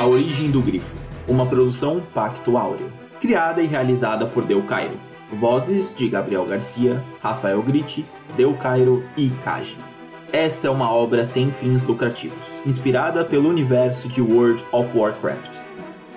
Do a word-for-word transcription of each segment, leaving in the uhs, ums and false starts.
A Origem do Grifo, uma produção Pacto Áureo, criada e realizada por Del Cairo. Vozes de Gabriel Garcia, Rafael Gritti, Del Cairo e Kaji. Esta é uma obra sem fins lucrativos, inspirada pelo universo de World of Warcraft.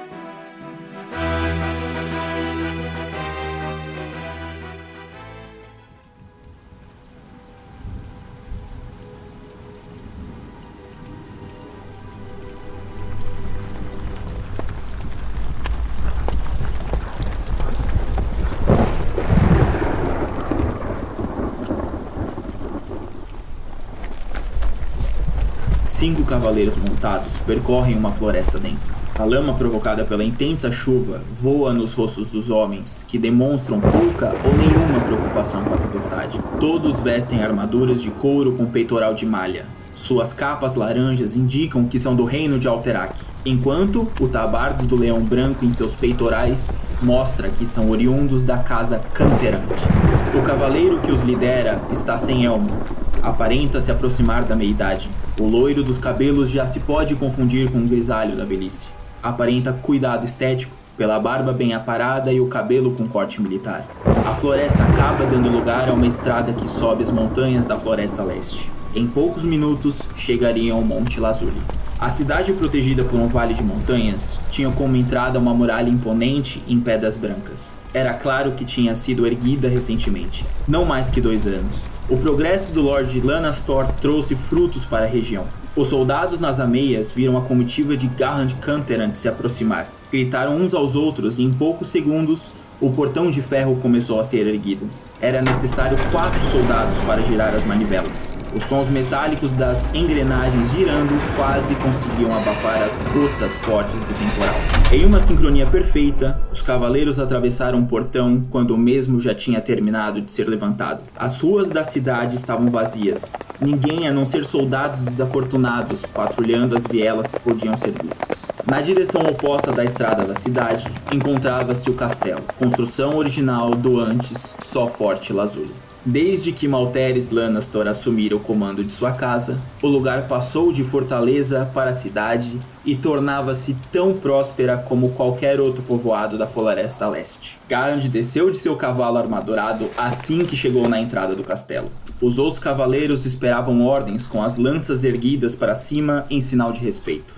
Cinco cavaleiros montados percorrem uma floresta densa. A lama provocada pela intensa chuva voa nos rostos dos homens, que demonstram pouca ou nenhuma preocupação com a tempestade. Todos vestem armaduras de couro com peitoral de malha. Suas capas laranjas indicam que são do reino de Alterac, enquanto o tabardo do leão branco em seus peitorais mostra que são oriundos da casa Canterant. O cavaleiro que os lidera está sem elmo. Aparenta se aproximar da meia-idade. O loiro dos cabelos já se pode confundir com o grisalho da velhice. Aparenta cuidado estético pela barba bem aparada e o cabelo com corte militar. A floresta acaba dando lugar a uma estrada que sobe as montanhas da Floresta Leste. Em poucos minutos, chegariam ao Monte Lazuli. A cidade, protegida por um vale de montanhas, tinha como entrada uma muralha imponente em pedras brancas. Era claro que tinha sido erguida recentemente, não mais que dois anos. O progresso do Lord Lanastor trouxe frutos para a região. Os soldados nas ameias viram a comitiva de Garrand Canterant se aproximar. Gritaram uns aos outros e em poucos segundos, o portão de ferro começou a ser erguido. Era necessário quatro soldados para girar as manivelas. Os sons metálicos das engrenagens girando quase conseguiam abafar as gotas fortes do temporal. Em uma sincronia perfeita, os cavaleiros atravessaram o portão quando o mesmo já tinha terminado de ser levantado. As ruas da cidade estavam vazias. Ninguém, a não ser soldados desafortunados, patrulhando as vielas, podiam ser vistos. Na direção oposta da estrada da cidade, encontrava-se o castelo, construção original do antes só Forte Lazuli. Desde que Malteris Lanastor assumira o comando de sua casa, o lugar passou de fortaleza para cidade e tornava-se tão próspera como qualquer outro povoado da Floresta Leste. Garrand desceu de seu cavalo armadurado assim que chegou na entrada do castelo. Os outros cavaleiros esperavam ordens com as lanças erguidas para cima em sinal de respeito.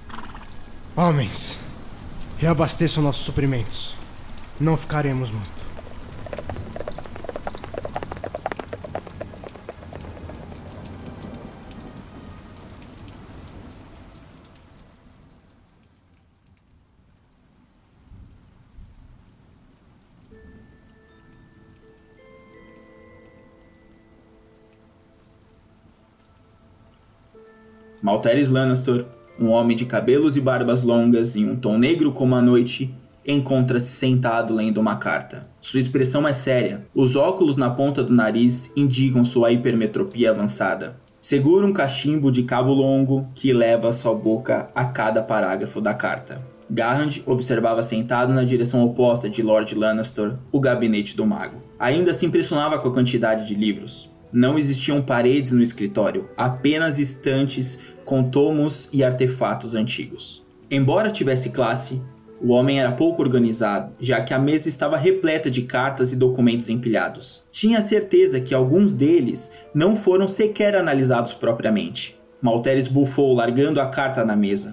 Homens, reabasteçam nossos suprimentos. Não ficaremos muito. Malteris Lanastor, um homem de cabelos e barbas longas e um tom negro como a noite, encontra-se sentado lendo uma carta. Sua expressão é séria. Os óculos na ponta do nariz indicam sua hipermetropia avançada. Segura um cachimbo de cabo longo que leva sua boca a cada parágrafo da carta. Garrand observava sentado na direção oposta de Lord Lanastor o gabinete do mago. Ainda se impressionava com a quantidade de livros. Não existiam paredes no escritório, apenas estantes com tomos e artefatos antigos. Embora tivesse classe, o homem era pouco organizado, já que a mesa estava repleta de cartas e documentos empilhados. Tinha certeza que alguns deles não foram sequer analisados propriamente. Malteris bufou, largando a carta na mesa.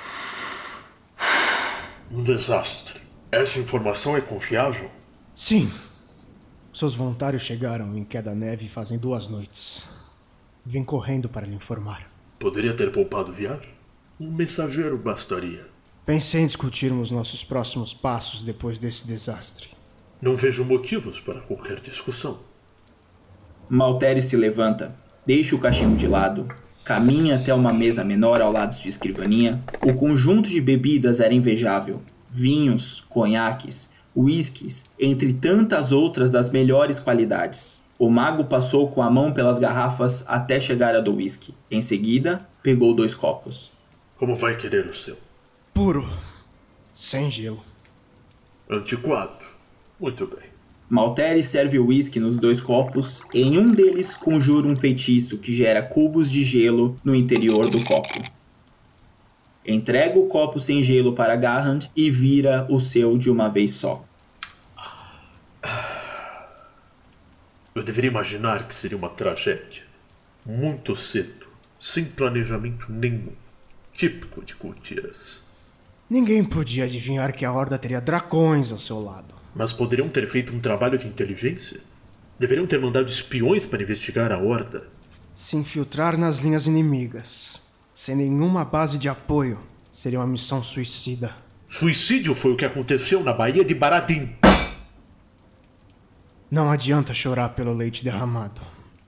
Um desastre. Essa informação é confiável? Sim. Seus voluntários chegaram em Queda-Neve fazem duas noites. Vim correndo para lhe informar. Poderia ter poupado viagem? Um mensageiro bastaria. Pensei em discutirmos nossos próximos passos depois desse desastre. Não vejo motivos para qualquer discussão. Malteris se levanta, deixa o cachimbo de lado, caminha até uma mesa menor ao lado de sua escrivaninha. O conjunto de bebidas era invejável. Vinhos, conhaques, uísques, entre tantas outras das melhores qualidades. O mago passou com a mão pelas garrafas até chegar a do uísque. Em seguida, pegou dois copos. Como vai querer o seu? Puro. Sem gelo. Antiquado. Muito bem. Malteris serve o uísque nos dois copos e em um deles conjura um feitiço que gera cubos de gelo no interior do copo. Entrega o copo sem gelo para Garrand e vira o seu de uma vez só. Eu deveria imaginar que seria uma tragédia. Muito cedo, sem planejamento nenhum. Típico de Cultiras. Ninguém podia adivinhar que a Horda teria dracões ao seu lado. Mas poderiam ter feito um trabalho de inteligência? Deveriam ter mandado espiões para investigar a Horda? Se infiltrar nas linhas inimigas, sem nenhuma base de apoio, seria uma missão suicida. Suicídio foi o que aconteceu na Baía de Baradim. Não adianta chorar pelo leite derramado.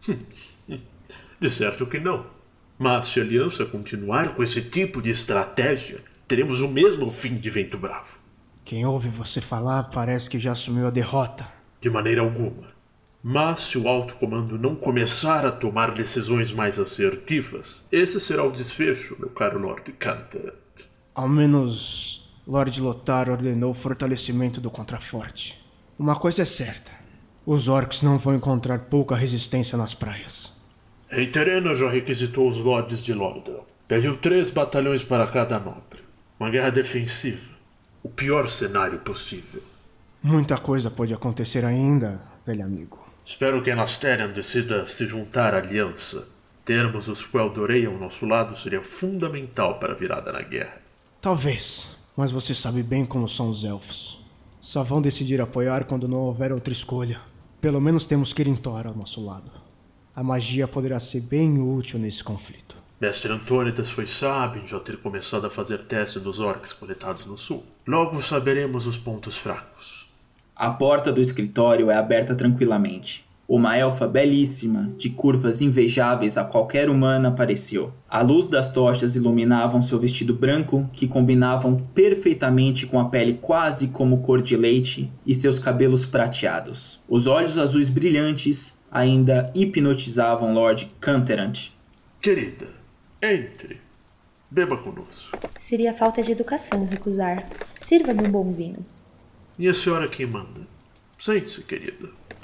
De certo que não. Mas se a Aliança continuar com esse tipo de estratégia, teremos o mesmo fim de Vento Bravo. Quem ouve você falar parece que já assumiu a derrota. De maneira alguma. Mas se o alto comando não começar a tomar decisões mais assertivas, esse será o desfecho, meu caro Lord Canterant. Ao menos Lord Lothar ordenou o fortalecimento do contraforte. Uma coisa é certa. Os orcs não vão encontrar pouca resistência nas praias. Rei Terena já requisitou os lords de Lordran. Pediu três batalhões para cada nobre. Uma guerra defensiva. O pior cenário possível. Muita coisa pode acontecer ainda, velho amigo. Espero que Anasterion decida se juntar à aliança. Termos os Quel'Dorei ao nosso lado seria fundamental para a virada na guerra. Talvez, mas você sabe bem como são os elfos. Só vão decidir apoiar quando não houver outra escolha. Pelo menos temos Kirintor ao nosso lado. A magia poderá ser bem útil nesse conflito. Mestre Antônidas foi sábio em já ter começado a fazer teste dos orcs coletados no sul. Logo saberemos os pontos fracos. A porta do escritório é aberta tranquilamente. Uma elfa belíssima, de curvas invejáveis a qualquer humana, apareceu. A luz das tochas iluminavam seu vestido branco, que combinavam perfeitamente com a pele quase como cor de leite, e seus cabelos prateados. Os olhos azuis brilhantes ainda hipnotizavam Lord Canterant. Querida, entre. Beba conosco. Seria falta de educação recusar. Sirva-me um bom vinho. E a senhora quem manda? Sente-se, querida.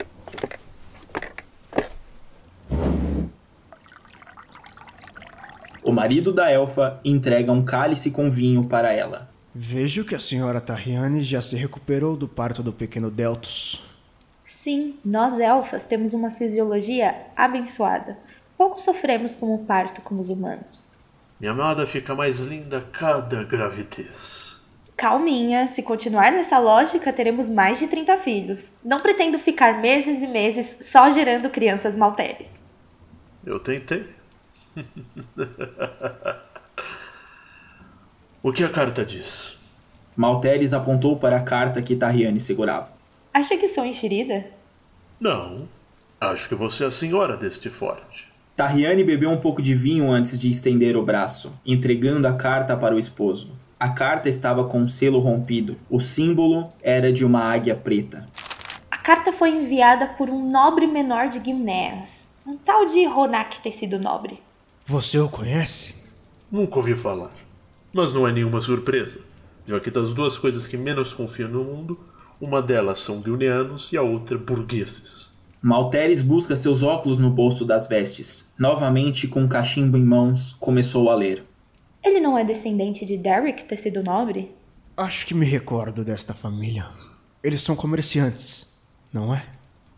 O marido da elfa entrega um cálice com vinho para ela. Vejo que a senhora Tahriane já se recuperou do parto do pequeno Deltos. Sim, nós elfas temos uma fisiologia abençoada. Pouco sofremos com o parto como os humanos. Minha amada fica mais linda a cada gravidez. Calminha, se continuar nessa lógica, teremos mais de trinta filhos. Não pretendo ficar meses e meses só gerando crianças malteres. Eu tentei. O que a carta diz? Malteres apontou para a carta que Tahriane segurava. Acha que sou enxerida? Não. Acho que você é a senhora deste forte. Tahriane bebeu um pouco de vinho antes de estender o braço, entregando a carta para o esposo. A carta estava com um selo rompido. O símbolo era de uma águia preta. A carta foi enviada por um nobre menor de Gimneas. Um tal de Ronak Tecido Nobre. Você o conhece? Nunca ouvi falar. Mas não é nenhuma surpresa, já que das duas coisas que menos confio no mundo, uma delas são guilneanos e a outra burgueses. Malteres busca seus óculos no bolso das vestes. Novamente, com um cachimbo em mãos, começou a ler. Ele não é descendente de Derek Tecido Nobre? Acho que me recordo desta família. Eles são comerciantes, não é?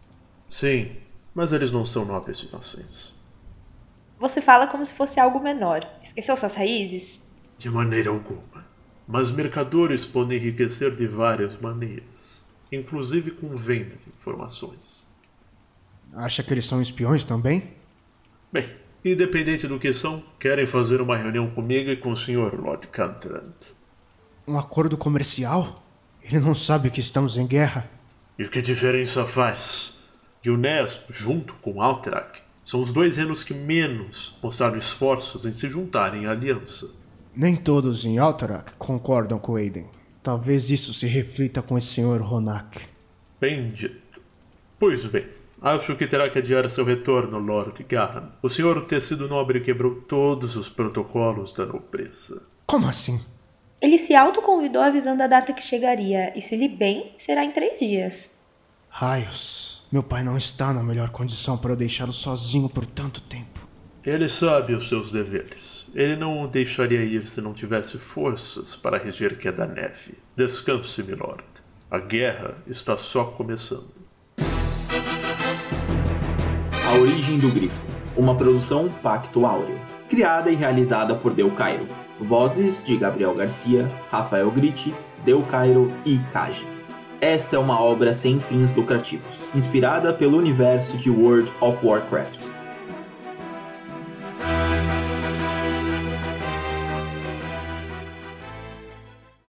Sim, mas eles não são nobres de nascença. Você fala como se fosse algo menor. Esqueceu suas raízes? De maneira alguma. Mas mercadores podem enriquecer de várias maneiras, inclusive com venda de informações. Acha que eles são espiões também? Bem, independente do que são, querem fazer uma reunião comigo e com o senhor Lord Canterant. Um acordo comercial? Ele não sabe que estamos em guerra? E que diferença faz? Gilneas, junto com Alterac, são os dois reinos que menos mostraram esforços em se juntarem à aliança. Nem todos em Alterac concordam com Aiden. Talvez isso se reflita com esse senhor Ronak. Bem dito. Pois bem, acho que terá que adiar seu retorno, Lord Garran. O senhor Tecido Nobre quebrou todos os protocolos da nobreza. Como assim? Ele se autoconvidou avisando a data que chegaria, e se lhe bem, será em três dias. Raios. Meu pai não está na melhor condição para eu deixá-lo sozinho por tanto tempo. Ele sabe os seus deveres. Ele não o deixaria ir se não tivesse forças para reger que é da neve. Descanse, milord. A guerra está só começando. A Origem do Grifo, uma produção Pacto Áureo, criada e realizada por Del Cairo. Vozes de Gabriel Garcia, Rafael Gritti, Del Cairo e Kaji. Esta é uma obra sem fins lucrativos, inspirada pelo universo de World of Warcraft.